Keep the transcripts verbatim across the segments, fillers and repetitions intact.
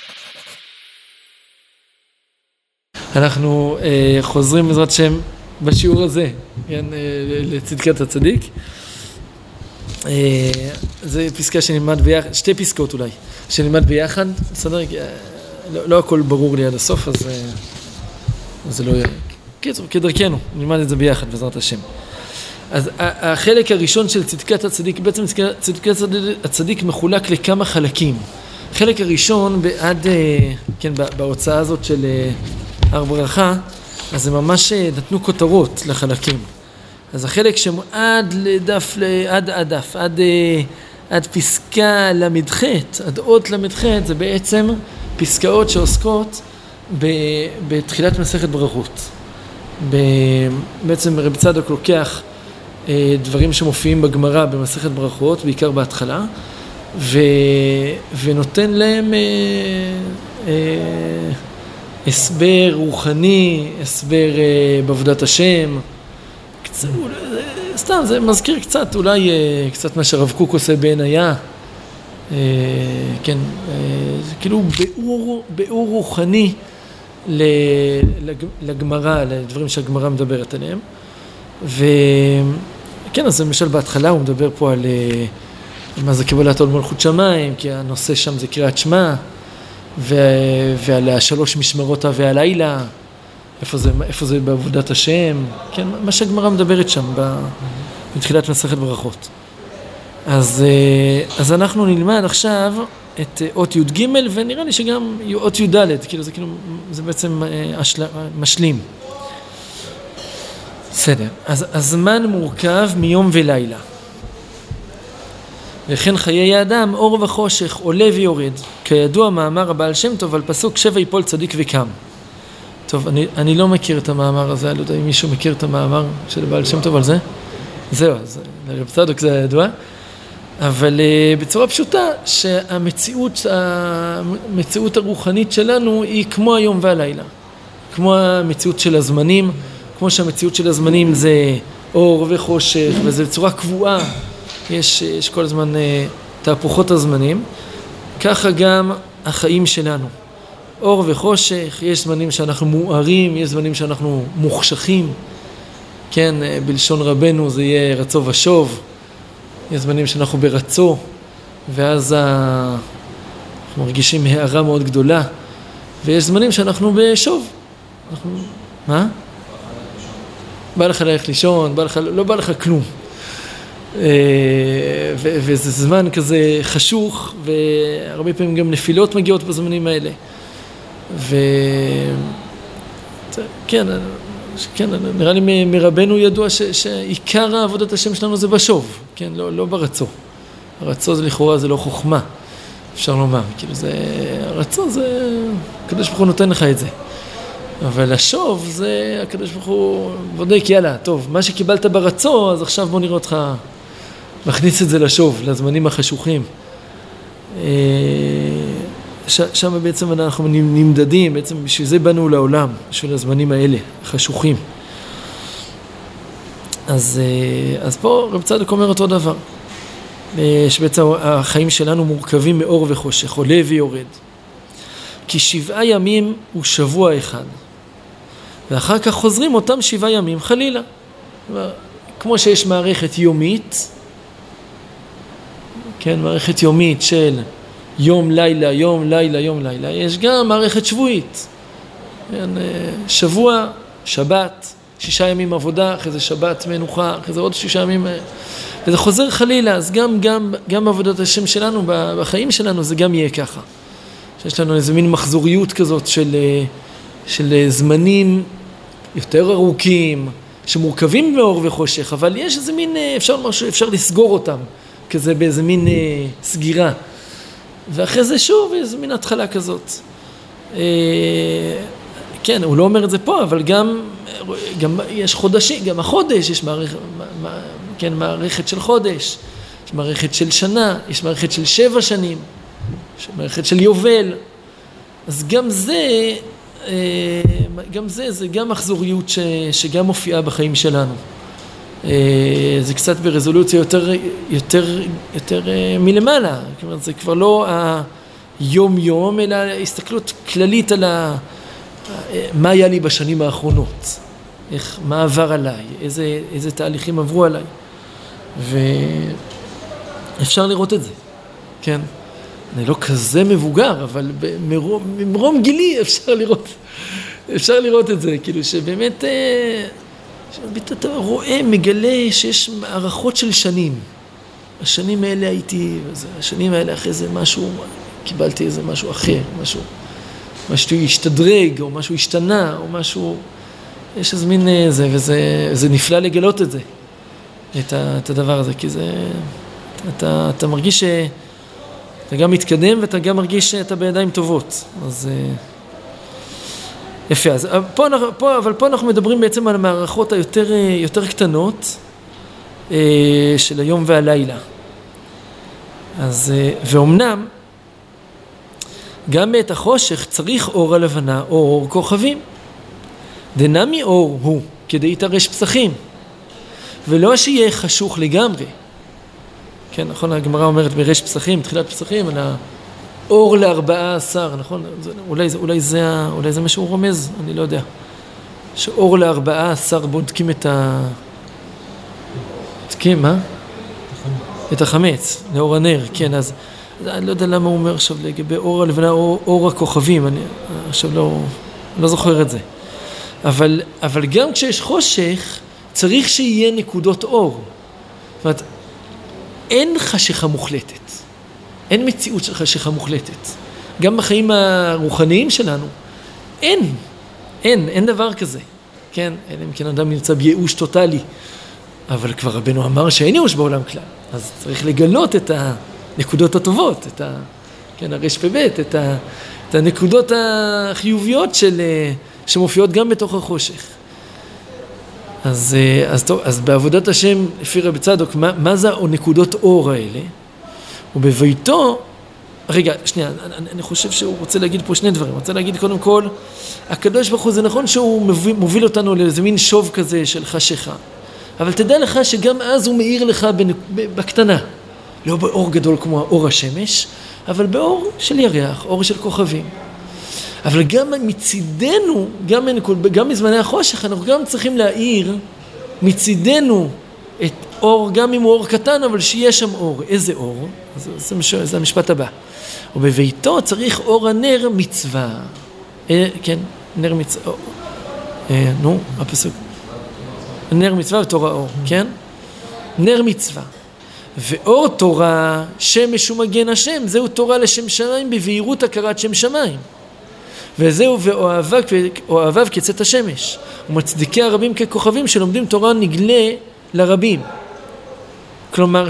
אנחנו אה, חוזרים בעזרת שם בשיעור הזה, כן, אה, לצדקת הצדיק. אה, זה פסקה שנלמד ביחד, שתי פסקאות אולי, שנלמד ביחד, בסדר? לא, לא הכל ברור לי עד הסוף, אז, אה, אז זה לא יהיה. קיצור, כדרכנו, נלמד את זה ביחד בעזרת השם. אז החלק הראשון של צדקת הצדיק, בעצם צדקת הצדיק מחולק לכמה חלקים. החלק הראשון, בעד, כן, בהוצאה הזאת של הר ברכה, אז זה ממש נתנו כותרות לחלקים. אז החלק שעד לדף, עד עד דף, עד, עד פסקה למדחת, עד אות למדחת, זה בעצם פסקאות שעוסקות בתחילת מסכת ברכות. בעצם רב צדוק לוקח דברים שמופיעים בגמרא במסכת ברכות, בעיקר בהתחלה, ו... ונותן להם אה, אה, הסבר רוחני, הסבר אה, בעבודת השם. קצת, סתם, זה מזכיר קצת, אולי אה, קצת מה שרב קוק עושה בעיניה. אה, כן, אה, זה כאילו ביאור, ביאור רוחני לגמרא, לדברים שהגמרא מדברת עליהם. וכן, אז למשל בהתחלה הוא מדבר פה על מה זה קבלת עול מלכות שמיים, כי הנושא שם זה קריאת שמע, ו... ועל השלוש משמרות והלילה, איפה זה, איפה זה בעבודת השם, כן, מה שהגמרא מדברת שם בתחילת מסכת ברכות. אז, אז אנחנו נלמד עכשיו את אות י' ג', ונראה לי שגם אות י' ד', כאילו זה, כאילו, זה בעצם משלים. בסדר, אז הזמן מורכב מיום ולילה. וכן חיי האדם, אור וחושך, עולה ויורד. כידוע מאמר הבעל שם טוב על פסוק שבע יפול צדיק וקם. טוב, אני, אני לא מכיר את המאמר הזה, אני לא יודע אם מישהו מכיר את המאמר של הבעל שם טוב על זה. זהו, אז לרב צדוק זה ידוע. אבל uh, בצורה פשוטה, שהמציאות המציאות הרוחנית שלנו היא כמו היום והלילה. כמו המציאות של הזמנים, כמו שהמציאות של הזמנים זה אור וחושך, וזה בצורה קבועה, יש, יש כל הזמן uh, תהפוכות הזמנים, ככה גם החיים שלנו. אור וחושך, יש זמנים שאנחנו מוארים, יש זמנים שאנחנו מוחשכים, כן, בלשון רבנו זה יהיה רצו ושוב, יש זמנים שאנחנו ברצו, ואז ה... אנחנו מרגישים הערה מאוד גדולה, ויש זמנים שאנחנו בשוב. אנחנו... מה? בא לך ללכת לישון, בא לך... לא בא לך כלום. ו... וזה זמן כזה חשוך, והרבה פעמים גם נפילות מגיעות בזמנים האלה. ו... כן, כן, נראה לי מרבנו ידוע ש... שעיקר עבודת השם שלנו זה בשוב, כן, לא, לא ברצו. הרצו זה לכאורה, זה לא חוכמה, אפשר לומר, כאילו זה, הרצו זה, הקדוש ברוך הוא נותן לך את זה. אבל השוב זה, הקדוש ברוך הוא בודק, יאללה, טוב, מה שקיבלת ברצו, אז עכשיו בוא נראה אותך, מכניס את זה לשוב, לזמנים החשוכים. ש, שם בעצם אנחנו נמדדים, בעצם בשביל זה באנו לעולם, בשביל הזמנים האלה, החשוכים. אז, אז פה רב צדוק אומר אותו דבר, שבעצם החיים שלנו מורכבים מאור וחושך, עולה ויורד. כי שבעה ימים הוא שבוע אחד, ואחר כך חוזרים אותם שבעה ימים חלילה. כמו שיש מערכת יומית, כן, מערכת יומית של יום לילה, יום לילה, יום לילה, יש גם מערכת שבועית. כן, שבוע, שבת, שישה ימים עבודה, אחרי זה שבת מנוחה, אחרי זה עוד שישה ימים, וזה חוזר חלילה. אז גם, גם, גם עבודת השם שלנו, בחיים שלנו, זה גם יהיה ככה. שיש לנו איזו מין מחזוריות כזאת של, של זמנים יותר ארוכים, שמורכבים מאור וחושך, אבל יש איזה מין, אפשר, אפשר לסגור אותם, כזה באיזה מין סגירה. ואחרי זה שוב איזו מין התחלה כזאת. כן, הוא לא אומר את זה פה, אבל גם, גם יש חודשים, גם החודש, יש מערכת, כן, מערכת של חודש, יש מערכת של שנה, יש מערכת של שבע שנים, יש מערכת של יובל. אז גם זה, גם זה, זה גם מחזוריות ש, שגם מופיעה בחיים שלנו. זה קצת ברזולוציה יותר, יותר, יותר מלמעלה. כלומר, זה כבר לא יום יום, אלא הסתכלות כללית על ה... מה היה לי בשנים האחרונות, איך, מה עבר עליי, איזה, איזה תהליכים עברו עליי, ואפשר לראות את זה, כן? אני לא כזה מבוגר, אבל במרום, ממרום גילי אפשר לראות, אפשר לראות את זה, כאילו שבאמת, שבאמת אתה רואה, מגלה שיש מערכות של שנים. השנים האלה הייתי, השנים האלה אחרי זה משהו, קיבלתי איזה משהו אחר, משהו, משהו השתדרג, או משהו השתנה, או משהו, יש איזה מין זה, וזה, זה נפלא לגלות את זה, את, ה, את הדבר הזה, כי זה, אתה, אתה מרגיש ש... אתה גם מתקדם ואתה גם מרגיש שאתה בידיים טובות. אז יפה. אז פה, פה, אבל פה אנחנו מדברים בעצם על המערכות היותר יותר קטנות של היום והלילה. אז ואומנם גם בעת החושך צריך אור הלבנה או אור כוכבים. דנמי אור הוא כדי יתרש פסחים, ולא שיהיה חשוך לגמרי. כן, נכון, הגמרא אומרת ברש פסחים, תחילת פסחים, על האור לארבעה עשר, נכון? זה, אולי, אולי, זה, אולי זה מה שהוא רומז, אני לא יודע. שאור לארבעה עשר בודקים את ה... בודקים, מה? את החמץ, לאור הנר, כן, אז אני לא יודע למה הוא אומר עכשיו לגבי אור הלבנה, אור, אור הכוכבים, אני עכשיו לא, לא זוכר את זה. אבל, אבל גם כשיש חושך, צריך שיהיה נקודות אור. זאת אומרת, אין חשיכה מוחלטת, אין מציאות של חשיכה מוחלטת. גם בחיים הרוחניים שלנו, אין, אין, אין דבר כזה. כן, אלא אם כן אדם נמצא בייאוש טוטלי. אבל כבר רבנו אמר שאין ייאוש בעולם כלל. אז צריך לגלות את הנקודות הטובות, את ה, כן, הרש פבט, את, ה, את הנקודות החיוביות של, שמופיעות גם בתוך החושך. אז, אז, טוב, אז בעבודת השם, לפי רבי צדוק, מה, מה זה נקודות אור האלה? ובביתו, רגע, שנייה, אני, אני חושב שהוא רוצה להגיד פה שני דברים. הוא רוצה להגיד קודם כל, הקדוש ברוך הוא, זה נכון שהוא מוביל, מוביל אותנו לאיזה מין שוב כזה של חשיכה. אבל תדע לך שגם אז הוא מאיר לך בקטנה. לא באור גדול כמו אור השמש, אבל באור של ירח, אור של כוכבים. אבל גם מצידנו, גם, גם מזמני החושך, אנחנו גם צריכים להאיר מצידנו את אור, גם אם הוא אור קטן, אבל שיש שם אור. איזה אור? זה, זה, זה המשפט הבא. ובביתו צריך אור הנר מצווה. אה, כן, נר מצווה. אה, נו, הפסוק. נר מצווה ותורה אור, כן? נר מצווה. ואור תורה, שמש ומגן השם, זהו תורה לשם שמיים בבהירות הכרת שם שמיים. וזהו ואוהביו, אוהביו כצאת השמש. ומצדיקי הרבים ככוכבים שלומדים תורה נגלה לרבים. כלומר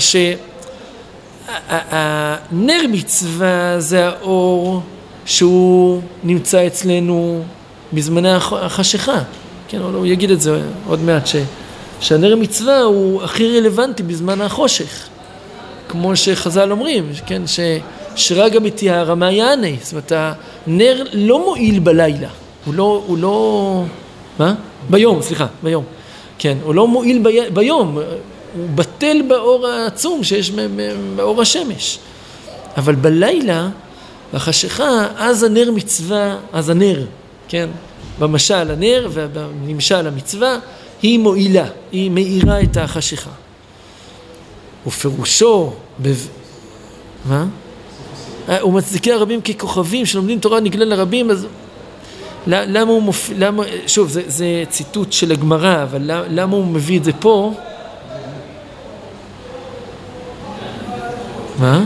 שהנר מצווה זה האור שהוא נמצא אצלנו בזמני החשיכה. כן, הוא יגיד את זה עוד מעט, ש, שהנר מצווה הוא הכי רלוונטי בזמן החושך. כמו שחז"ל אומרים, כן, ש... שרגע מתיאר המעייני, זאת אומרת, הנר לא מועיל בלילה, הוא לא, הוא לא, מה? ביום, סליחה, ביום, כן, הוא לא מועיל בי, ביום, הוא בטל באור העצום שיש באור השמש, אבל בלילה, בחשיכה, אז הנר מצווה, אז הנר, כן, במשל הנר ובנמשל המצווה, היא מועילה, היא מאירה את החשיכה. ופירושו, בב... מה? ומצדיקי הרבים ככוכבים שלומדים תורה נגלה לרבים, אז למה הוא מופיע, למה, שוב, זה, זה ציטוט של הגמרא, אבל למה הוא מביא את זה פה? מה?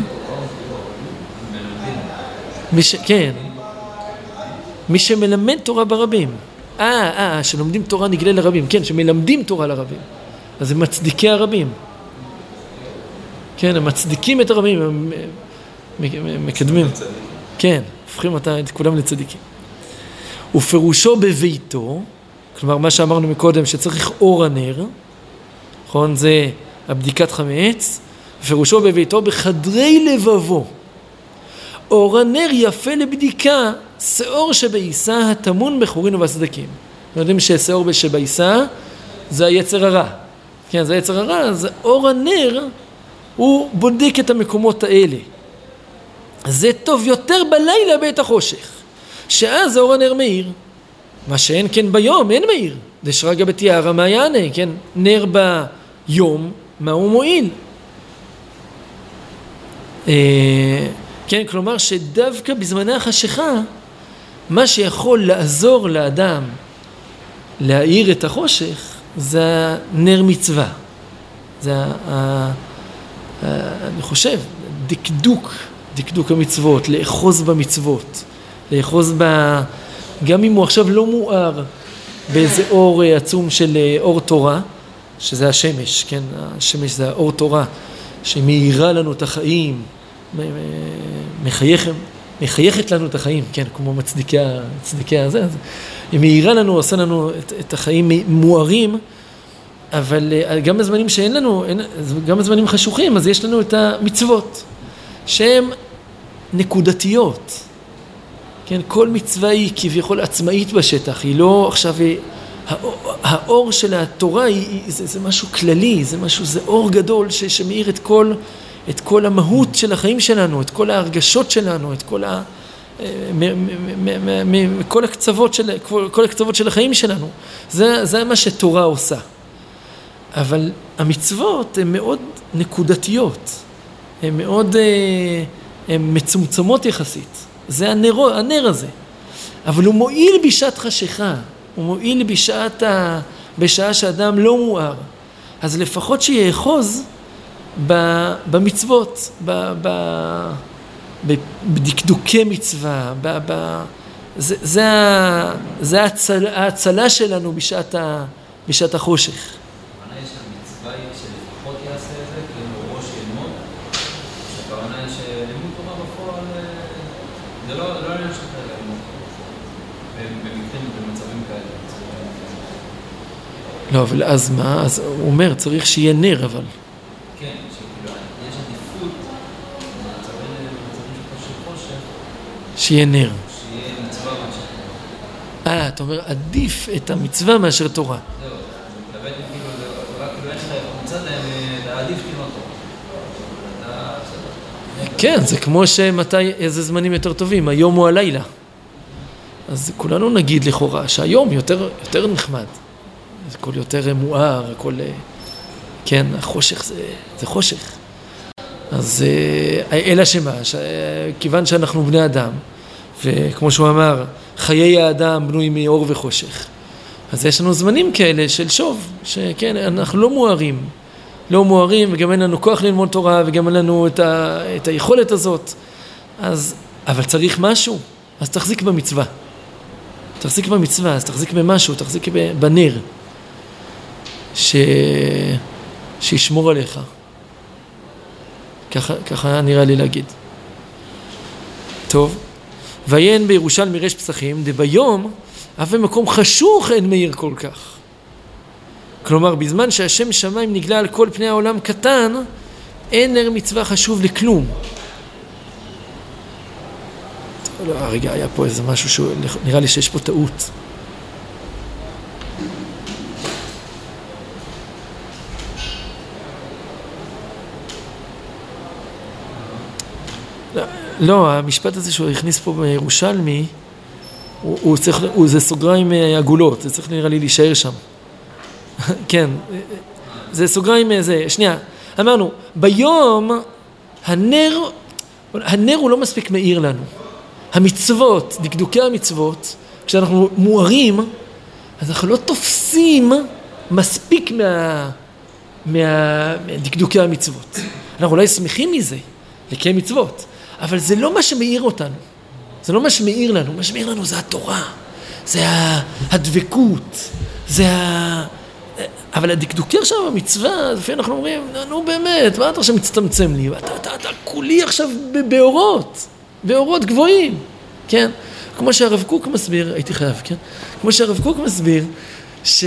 מי ש... כן. מי שמלמד תורה ברבים. אה, אה, שלומדים תורה נגלה לרבים. כן, שמלמדים תורה לרבים. אז זה מצדיקי הרבים. כן, הם מצדיקים את הרבים, הם מקדמים. כן, הופכים את כולם לצדיקים. ופירושו בביתו, כלומר מה שאמרנו מקודם, שצריך אור הנר, נכון? זה הבדיקת חמץ, ופירושו בביתו בחדרי לבבו. אור הנר יפה לבדיקה, שאור שבעיסה התמון בחורין ובסדקים. אנחנו יודעים ששאור שבעיסה זה היצר הרע. כן, זה היצר הרע, אז אור הנר הוא בודק את המקומות האלה. זה טוב יותר בלילה בעת החושך, שאז האור הנר מאיר, מה שאין כן ביום, אין מאיר. דשרגא בתיארא מה יענה, כן? נר ביום, מה הוא מועיל? כן, כלומר שדווקא בזמני החשיכה, מה שיכול לעזור לאדם להאיר את החושך, זה נר מצווה. זה, אני חושב, דקדוק, דקדוק המצוות, לאחוז במצוות, לאחוז ב... גם אם הוא עכשיו לא מואר באיזה אור עצום של אור תורה, שזה השמש, כן? השמש זה האור תורה, שמאירה לנו את החיים, מחייך, מחייכת לנו את החיים, כן? כמו מצדיקי, מצדיקי הזה, היא מאירה לנו, עושה לנו את, את החיים מוארים, אבל גם בזמנים שאין לנו, אין, גם בזמנים חשוכים, אז יש לנו את המצוות, שהן נקודתיות. כן, כל מצווה היא כביכול עצמאית בשטח, היא לא עכשיו, האור של התורה היא, זה, זה משהו כללי, זה משהו, זה אור גדול ש, שמאיר את כל, את כל המהות של החיים שלנו, את כל ההרגשות שלנו, את כל ה... כל הקצוות של, כל הקצוות של החיים שלנו. זה, זה מה שתורה עושה. אבל המצוות הן מאוד נקודתיות, הן מאוד הן מצומצמות יחסית. זה הנר, הנר הזה. אבל הוא מועיל בשעת חשיכה, הוא מועיל בשעת ה, בשעה שאדם לא מואר. אז לפחות שיאחוז במצוות, ב, ב, בדקדוקי מצווה, ב, ב, זה, זה, זה ההצל, ההצלה שלנו בשעת, ה, בשעת החושך. הכוונה היא שהמצווה היא שלפחות יעשה את זה, כאילו ראש ילמוד, שהכוונה היא שלימוד תורה בפועל, זה לא, לא עניין של כאלה לימוד תורה, במקרים ובמצבים כאלה. לא, אבל אז מה? אז הוא אומר, צריך שיהיה נר, אבל. כן, שכאילו, יש עדיפות, במצבים של חושך, שיהיה נר. שיהיה מצווה מאשר תורה. אה, אתה אומר, עדיף את המצווה מאשר תורה. זהו, אני מתלבט כאילו, זה רק כאילו אין לך מצד העדיף כאילו תורה. כן, זה כמו שמתי, איזה זמנים יותר טובים, היום או הלילה. אז כולנו נגיד לכאורה שהיום יותר, יותר נחמד. הכל יותר מואר, הכל... כן, החושך זה, זה חושך. אז אלא שמה, כיוון שאנחנו בני אדם, וכמו שהוא אמר, חיי האדם בנוי מאור וחושך. אז יש לנו זמנים כאלה של שוב, שכן, אנחנו לא מוארים. לא מוארים, וגם אין לנו כוח ללמוד תורה, וגם אין לנו את, ה, את היכולת הזאת. אז, אבל צריך משהו, אז תחזיק במצווה. תחזיק במצווה, אז תחזיק במשהו, תחזיק בנר. ש... שישמור עליך. ככה, ככה נראה לי להגיד. טוב. ויין בירושלמי ריש פסחים, דביום, אף במקום חשוך אין מאיר כל כך. כלומר, בזמן שהשם שמיים נגלה על כל פני העולם קטן, אין נר מצווה חשוב לכלום. טוב, לא, רגע, היה פה איזה משהו שנראה לי שיש פה טעות. לא, המשפט הזה שהוא הכניס פה בירושלמי, הוא, הוא צריך, הוא, זה סוגריים עגולות, זה צריך נראה לי להישאר שם. כן, זה סוגריים זה, שנייה, אמרנו, ביום הנר, הנר הוא לא מספיק מאיר לנו. המצוות, דקדוקי המצוות, כשאנחנו מוארים, אז אנחנו לא תופסים מספיק מה, מה, דקדוקי המצוות. אנחנו אולי שמחים מזה, לקיים מצוות. אבל זה לא מה שמאיר אותנו, זה לא מה שמאיר לנו, מה שמאיר לנו זה התורה, זה הדבקות, זה ה... אבל הדקדוקי עכשיו במצווה, לפעמים אנחנו אומרים, נו באמת, מה אתה עכשיו מצטמצם לי? אתה, אתה, אתה כולי עכשיו באורות, באורות גבוהים, כן? כמו שהרב קוק מסביר, הייתי חייב, כן? כמו שהרב קוק מסביר, ש...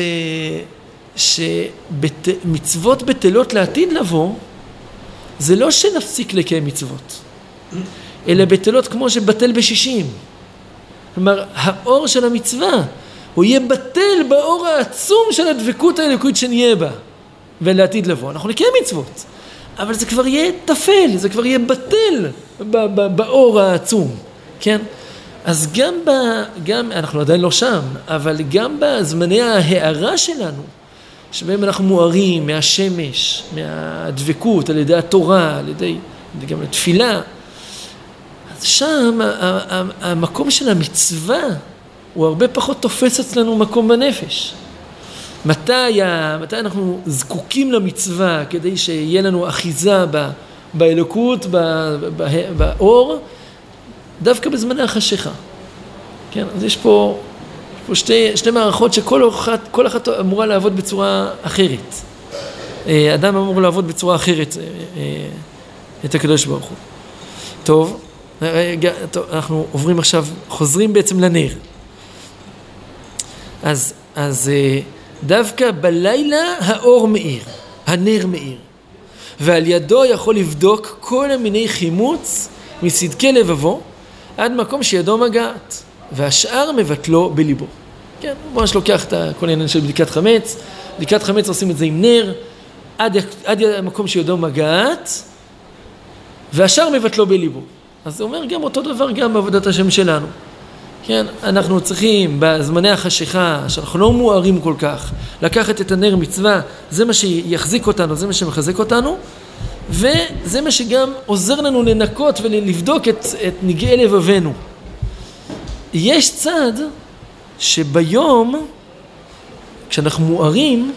שמצוות בטלות לעתיד לבוא, זה לא שנפסיק לקיים מצוות. אלא בטלות כמו שבטל בשישים. כלומר, האור של המצווה, הוא יהיה בטל באור העצום של הדבקות האלוקית שנהיה בה, ולעתיד לבוא. אנחנו נקיים מצוות, אבל זה כבר יהיה תפל, זה כבר יהיה בטל באור העצום, כן? אז גם, ב, גם, אנחנו עדיין לא שם, אבל גם בזמני ההערה שלנו, שבהם אנחנו מוארים מהשמש, מהדבקות, על ידי התורה, על ידי, גם לתפילה, אז שם המקום של המצווה הוא הרבה פחות תופס אצלנו מקום בנפש. מתי, מתי אנחנו זקוקים למצווה כדי שיהיה לנו אחיזה ב, באלוקות, ב, ב, באור, דווקא בזמני החשיכה. כן, אז יש פה, יש פה שתי, שתי מערכות שכל אחת, כל אחת אמורה לעבוד בצורה אחרת. אדם אמור לעבוד בצורה אחרת את הקדוש ברוך הוא. טוב, טוב, אנחנו עוברים עכשיו, חוזרים בעצם לנר. אז, אז דווקא בלילה האור מאיר, הנר מאיר. ועל ידו יכול לבדוק כל המיני חימוץ מסדקי לבבו, עד מקום שידו מגעת, והשאר מבטלו בליבו. כן, הוא ממש לוקח את כל העניין של בדיקת חמץ, בדיקת חמץ עושים את זה עם נר, עד, עד המקום שידו מגעת, והשאר מבטלו בליבו. אז זה אומר גם אותו דבר גם בעבודת השם שלנו. כן, אנחנו צריכים בזמני החשיכה, שאנחנו לא מוארים כל כך, לקחת את הנר מצווה, זה מה שיחזיק אותנו, זה מה שמחזק אותנו, וזה מה שגם עוזר לנו לנקות ולבדוק את, את נגעי לבבנו. יש צד שביום, כשאנחנו מוארים,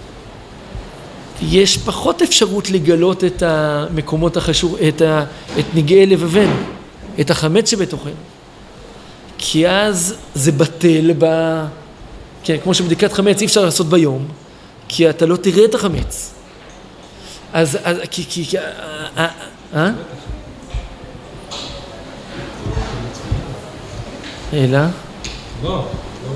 יש פחות אפשרות לגלות את המקומות החשוב, את, ה, את נגעי לבבנו, את החמץ שבתוכנו. כי אז זה בטל ב... כן, כמו שבדיקת חמץ אי אפשר לעשות ביום, כי אתה לא תראה את החמץ. אז, אז, כי, כי, כי, אה, אה? אלא? לא, לא,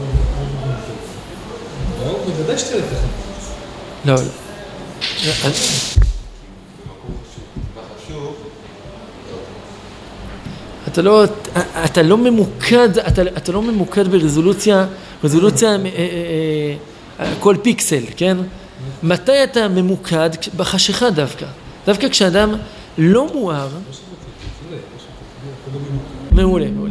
לא, בוודאי שתראה את החמץ. לא, לא. אתה לא, אתה לא ממוקד, אתה, אתה לא ממוקד ברזולוציה, רזולוציה, אה, אה, אה, כל פיקסל, כן? מתי אתה ממוקד? בחשיכה דווקא. דווקא כשאדם לא מואר, מעולה, מעולה.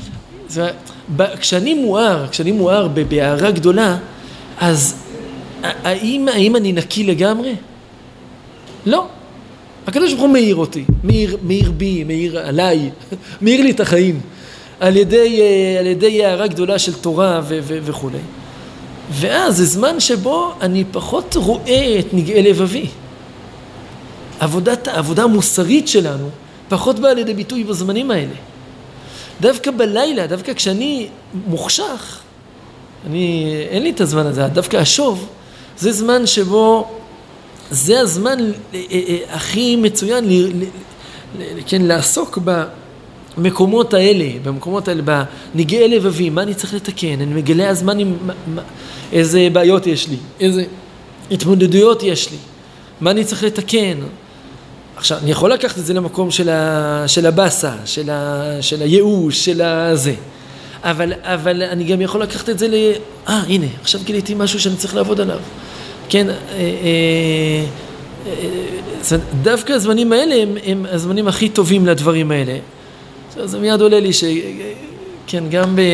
כשאני מואר, כשאני מואר בהערה גדולה, אז האם, האם אני נקי לגמרי? לא. הקדוש ברוך הוא מאיר אותי, מאיר, מאיר בי, מאיר עליי, מאיר לי את החיים, על ידי, על ידי הערה גדולה של תורה ו- ו- וכו'. ואז זה זמן שבו אני פחות רואה את נגעי לבבי. עבודת, העבודה המוסרית שלנו פחות באה לידי ביטוי בזמנים האלה. דווקא בלילה, דווקא כשאני מוחשך, אני, אין לי את הזמן הזה, דווקא השוב, זה זמן שבו, זה הזמן הכי מצוין ל, ל, ל, כן, לעסוק במקומות האלה, במקומות האלה, בנגעי לבבי, מה אני צריך לתקן, אני מגלה הזמן עם, מה, איזה בעיות יש לי, איזה התמודדויות יש לי, מה אני צריך לתקן. עכשיו, אני יכול לקחת את זה למקום של, ה, של הבאסה, של, ה, של הייאוש, של הזה. אבל, אבל אני גם יכול לקחת את זה ל... אה, הנה, עכשיו גיליתי משהו שאני צריך לעבוד עליו. כן, אה, אה, אה, דווקא הזמנים האלה הם, הם הזמנים הכי טובים לדברים האלה. זה מיד עולה לי ש... כן, גם ב...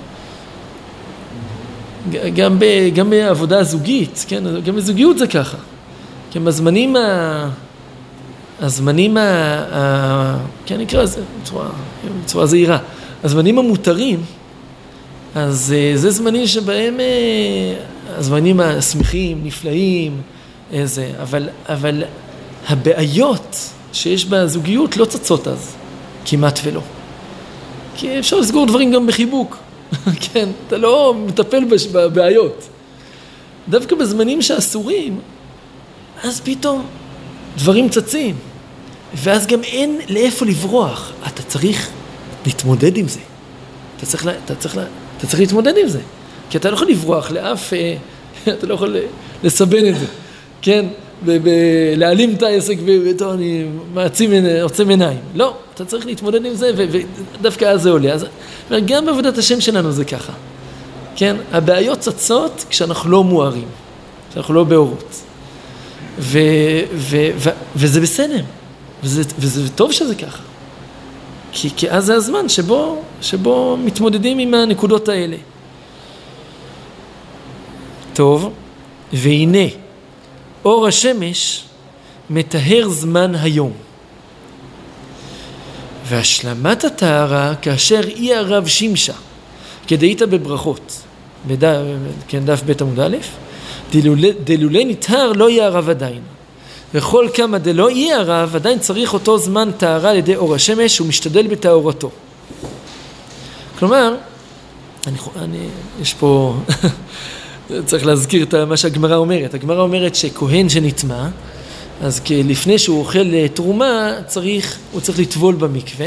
גם ב... גם בעבודה זוגית, כן, גם בזוגיות זה ככה. כן, בזמנים ה... הזמנים ה... ה... כן, נקרא זה בצורה, בצורה זהירה. הזמנים המותרים, אז זה זמנים שבהם, הזמנים השמחים, נפלאים, איזה, אבל, אבל הבעיות שיש בזוגיות לא צצות אז, כמעט ולא. כי אפשר לסגור דברים גם בחיבוק, כן, אתה לא מטפל בבעיות. דווקא בזמנים שאסורים, אז פתאום דברים צצים, ואז גם אין לאיפה לברוח, אתה צריך להתמודד עם זה. אתה צריך, אתה צריך, אתה צריך להתמודד עם זה. כי אתה לא יכול לברוח לאף, אתה לא יכול לסבן את זה. כן? להעלים את העסק ואתו אני מעצים, עוצם עיניים. לא, אתה צריך להתמודד עם זה ודווקא אז זה עולה. אז גם בעבודת השם שלנו זה ככה. כן? הבעיות צצות כשאנחנו לא מוארים. כשאנחנו לא באורות. ו, ו, ו, וזה בסדר, וזה, וזה טוב שזה ככה. כי, כי אז זה הזמן שבו, שבו מתמודדים עם הנקודות האלה. טוב, והנה, אור השמש מטהר זמן היום. והשלמת הטהרה כאשר אי הרב שימשה, כדאית בברכות, בדף, כן, דף בית עמוד א', דלולי נטהר לא יהיה הרב עדיין. וכל כמה דלא יהיה הרב, עדיין צריך אותו זמן טהרה על ידי אור השמש, ומשתדל בטהרתו. כלומר, אני, אני, יש פה, צריך להזכיר את מה שהגמרא אומרת. הגמרא אומרת שכהן שנטמא, אז לפני שהוא אוכל תרומה, צריך, הוא צריך לטבול במקווה,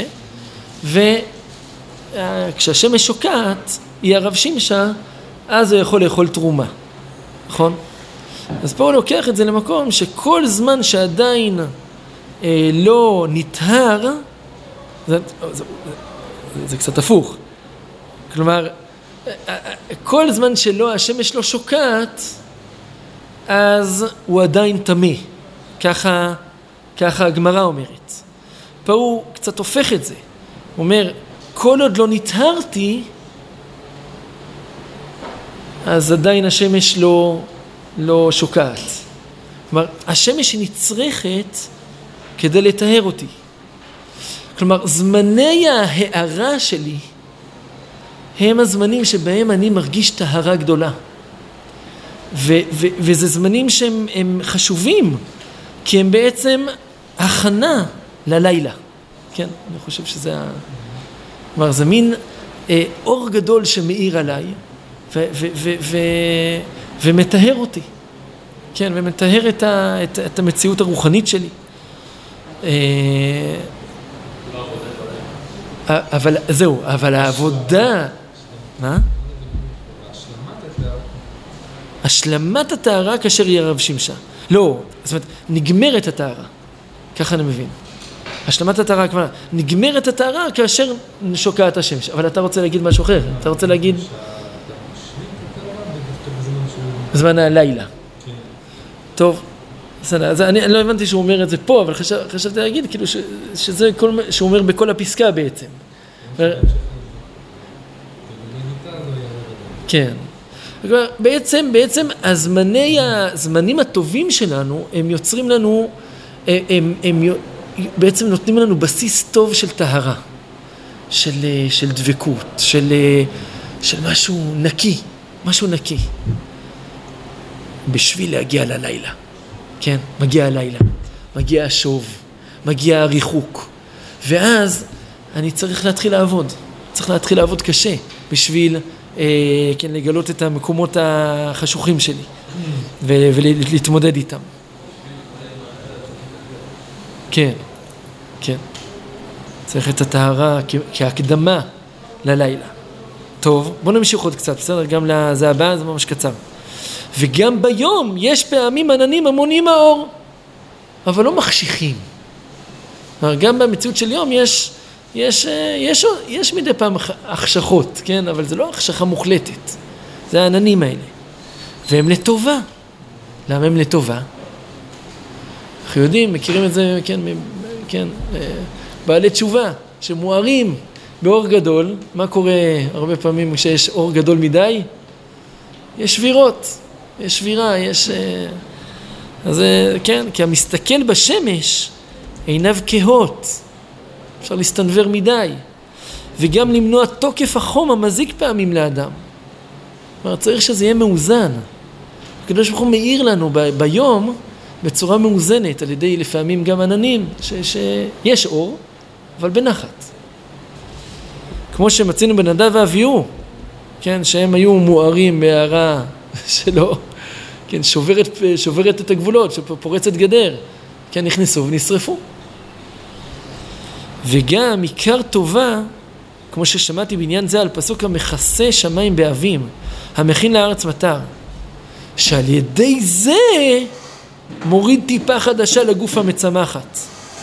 וכשהשמש שוקעת, היא הרב שימשה, אז הוא יכול לאכול תרומה. נכון? אז פה הוא לוקח את זה למקום שכל זמן שעדיין אה, לא נטהר, זה, זה, זה, זה קצת הפוך. כלומר, כל זמן שלא, השמש לא שוקעת, אז הוא עדיין טמא. ככה, ככה הגמרא אומרת. פה הוא קצת הופך את זה. הוא אומר, כל עוד לא נטהרתי, אז עדיין השמש לא, לא שוקעת. כלומר, השמש היא נצרכת כדי לטהר אותי. כלומר, זמני ההארה שלי הם הזמנים שבהם אני מרגיש טהרה גדולה. ו- ו- וזה זמנים שהם הם חשובים, כי הם בעצם הכנה ללילה. כן, אני חושב שזה ה... כלומר, זה מין אה, אור גדול שמאיר עליי, ו- ו- ו- ו- ומטהר אותי. כן, ומטהר את, ה- את, את המציאות הרוחנית שלי. אה, אבל זהו, אבל העבודה... מה? השלמת הטהרה כאשר היא הרב שימשה. לא, זאת אומרת, נגמרת הטהרה. ככה אני מבין. השלמת הטהרה, כלומר, נגמרת הטהרה כאשר שוקעת השמש. אבל אתה רוצה להגיד משהו אחר. אתה רוצה להגיד... בזמן הלילה. טוב, אז אני לא הבנתי שהוא אומר את זה פה, אבל חשב, חשבתי להגיד כאילו ש, שזה כל, שהוא אומר בכל הפסקה בעצם. כן. בעצם, בעצם הזמני, הזמנים הטובים שלנו, הם יוצרים לנו, הם, הם, הם בעצם נותנים לנו בסיס טוב של טהרה, של, של דבקות, של, של משהו נקי, משהו נקי. בשביל להגיע ללילה. כן, מגיע הלילה, מגיע השוב, מגיע הריחוק. ואז אני צריך להתחיל לעבוד. צריך להתחיל לעבוד קשה בשביל אה, כן, לגלות את המקומות החשוכים שלי ו- ולהתמודד איתם. כן, כן. צריך את הטהרה כ- כהקדמה ללילה. טוב, בואו נמשיך עוד קצת, בסדר? גם לזה הבא, זה ממש קצר. וגם ביום יש פעמים עננים המונים האור, אבל לא מחשיכים. גם במציאות של יום יש, יש, יש, יש מדי פעם החשכות, כן? אבל זה לא החשכה מוחלטת. זה העננים האלה. והם לטובה. למה הם לטובה? אנחנו יודעים, מכירים את זה, כן, כן, בעלי תשובה, שמוארים באור גדול. מה קורה הרבה פעמים כשיש אור גדול מדי? יש שבירות. יש שבירה, יש... אז כן, כי המסתכל בשמש עיניו כהות, אפשר להסתנבר מדי, וגם למנוע תוקף החום המזיק פעמים לאדם. כלומר, צריך שזה יהיה מאוזן. הקדוש ברוך הוא מאיר לנו ב- ביום בצורה מאוזנת, על ידי לפעמים גם עננים, ש- שיש אור, אבל בנחת. כמו שמצינו בנדב ואביהו, כן, שהם היו מוארים בהערה שלא, כן, שוברת, שוברת את הגבולות, שפורצת גדר, כן, נכנסו ונשרפו. וגם עיקר טובה, כמו ששמעתי בעניין זה על פסוק המכסה שמיים באבים, המכין לארץ מטר, שעל ידי זה מוריד טיפה חדשה לגוף המצמחת.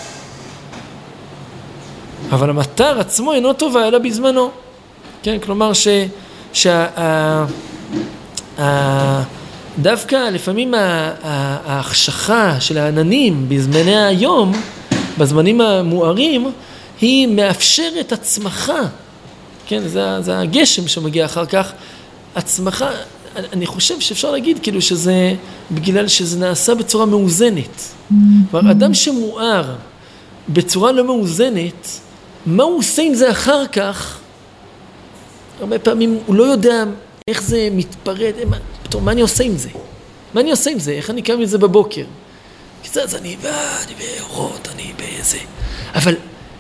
אבל המטר עצמו אינו טובה אלא בזמנו. כן, כלומר ש... שה... דווקא לפעמים ההחשכה של העננים בזמני היום, בזמנים המוארים, היא מאפשרת הצמחה. כן, זה, זה הגשם שמגיע אחר כך. הצמחה, אני חושב שאפשר להגיד כאילו שזה, בגלל שזה נעשה בצורה מאוזנת. כלומר, אדם שמואר בצורה לא מאוזנת, מה הוא עושה עם זה אחר כך? הרבה פעמים הוא לא יודע איך זה מתפרט, מה, פתאום, מה אני עושה עם זה? מה אני עושה עם זה? איך אני קם לזה בבוקר? כי אז אני, אני באורות, אני באיזה... אבל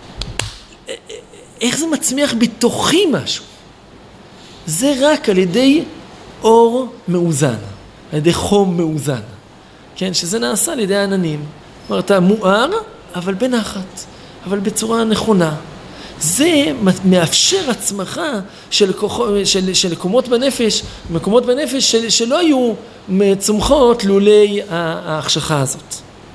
איך זה מצמיח בתוכי משהו? זה רק על ידי אור מאוזן, על ידי חום מאוזן. כן, שזה נעשה על ידי העננים. כלומר, אתה מואר, אבל בנחת, אבל בצורה נכונה. זה מאפשר הצמחה של, כוח, של, של מקומות בנפש, מקומות בנפש של, שלא היו צומחות לולי ההחשכה הזאת.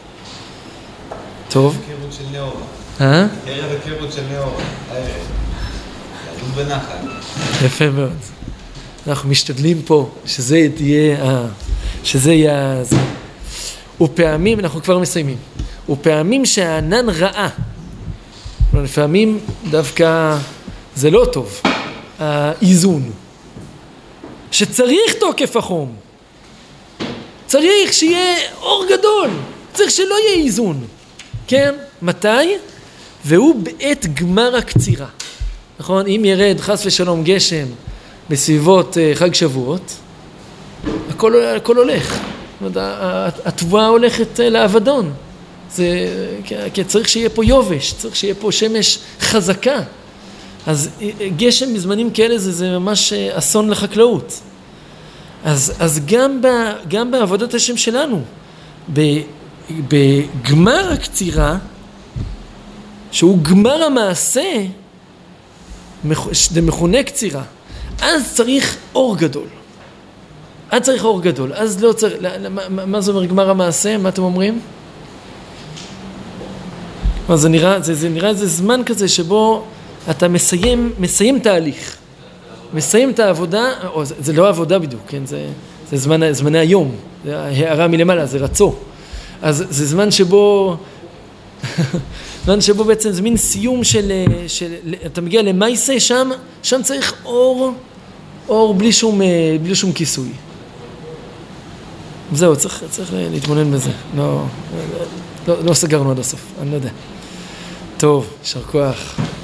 טוב. ערב של נאור. אה? ערב הקירות של נאור. הערב. יעדות בנחת. יפה מאוד. אנחנו משתדלים פה שזה תהיה, שזה יהיה... ופעמים, אנחנו כבר מסיימים. ופעמים שהענן רעה. לפעמים דווקא זה לא טוב, האיזון, שצריך תוקף החום, צריך שיהיה אור גדול, צריך שלא יהיה איזון, כן? מתי? והוא בעת גמר הקצירה, נכון? אם ירד חס ושלום גשם בסביבות חג שבועות, הכל, הכל הולך, התבואה הולכת לאבדון, זה, כי צריך שיהיה פה יובש, צריך שיהיה פה שמש חזקה. אז גשם בזמנים כאלה זה, זה ממש אסון לחקלאות. אז, אז גם, ב, גם בעבודת השם שלנו, בגמר הקצירה, שהוא גמר המעשה, זה מכונה קצירה, אז צריך אור גדול. אז צריך אור גדול. אז לא צריך, מה, מה זה אומר גמר המעשה? מה אתם אומרים? אז זה נראה, זה, זה נראה איזה זמן כזה שבו אתה מסיים, מסיים תהליך, מסיים את העבודה, או זה, זה לא עבודה בדיוק, כן? זה, זה זמן, זמני היום, זה הערה מלמעלה, זה רצו. אז זה זמן שבו, זמן שבו בעצם זה מין סיום של, של, אתה מגיע למייסה, שם, שם צריך אור, אור בלי שום, בלי שום כיסוי. זהו, צריך, צריך להתמונן בזה. לא, לא, לא סגרנו עד הסוף, אני לא יודע. טוב, יישר כוח.